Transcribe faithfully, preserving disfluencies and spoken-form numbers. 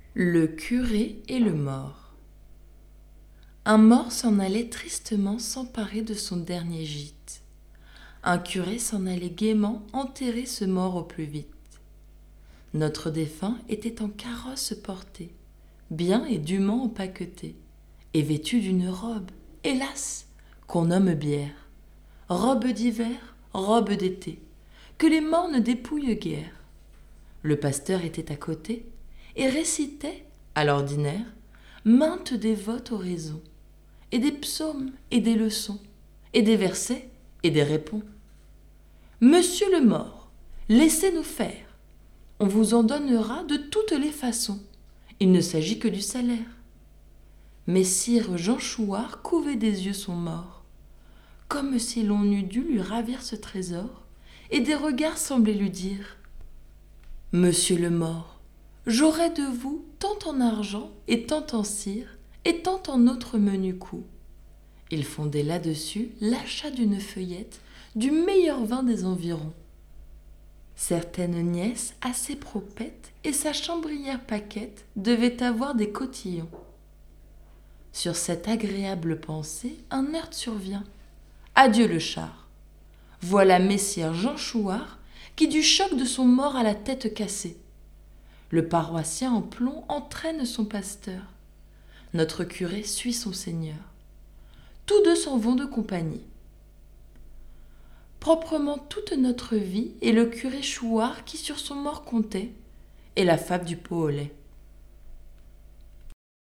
Le curé et le mort. Un mort s'en allait tristement s'emparer de son dernier gîte. Un curé s'en allait gaiement enterrer ce mort au plus vite. Notre défunt était en carrosse porté, bien et dûment empaqueté, et vêtu d'une robe, hélas, qu'on nomme bière. Robe d'hiver, robe d'été, que les morts ne dépouillent guère. Le pasteur était à côté, et récitait, à l'ordinaire, maintes dévotes oraisons, et des psaumes et des leçons, et des versets et des répons. Monsieur le mort, laissez-nous faire, on vous en donnera de toutes les façons, il ne s'agit que du salaire. Messire Jean Chouart couvait des yeux son mort, comme si l'on eût dû lui ravir ce trésor, et des regards semblaient lui dire « Monsieur le mort, j'aurai de vous tant en argent et tant en cire et tant en autres menus coups. » Il fondait là-dessus l'achat d'une feuillette du meilleur vin des environs. Certaines nièces assez propettes et sa chambrière paquette devaient avoir des cotillons. Sur cette agréable pensée, un heurt survient. Adieu le char. Voilà messire Jean Chouart qui du choc de son mort a la tête cassée. Le paroissien en plomb entraîne son pasteur. Notre curé suit son seigneur. Tous deux s'en vont de compagnie. Proprement toute notre vie est le curé Chouart qui sur son mort comptait, et la fable du pot au lait.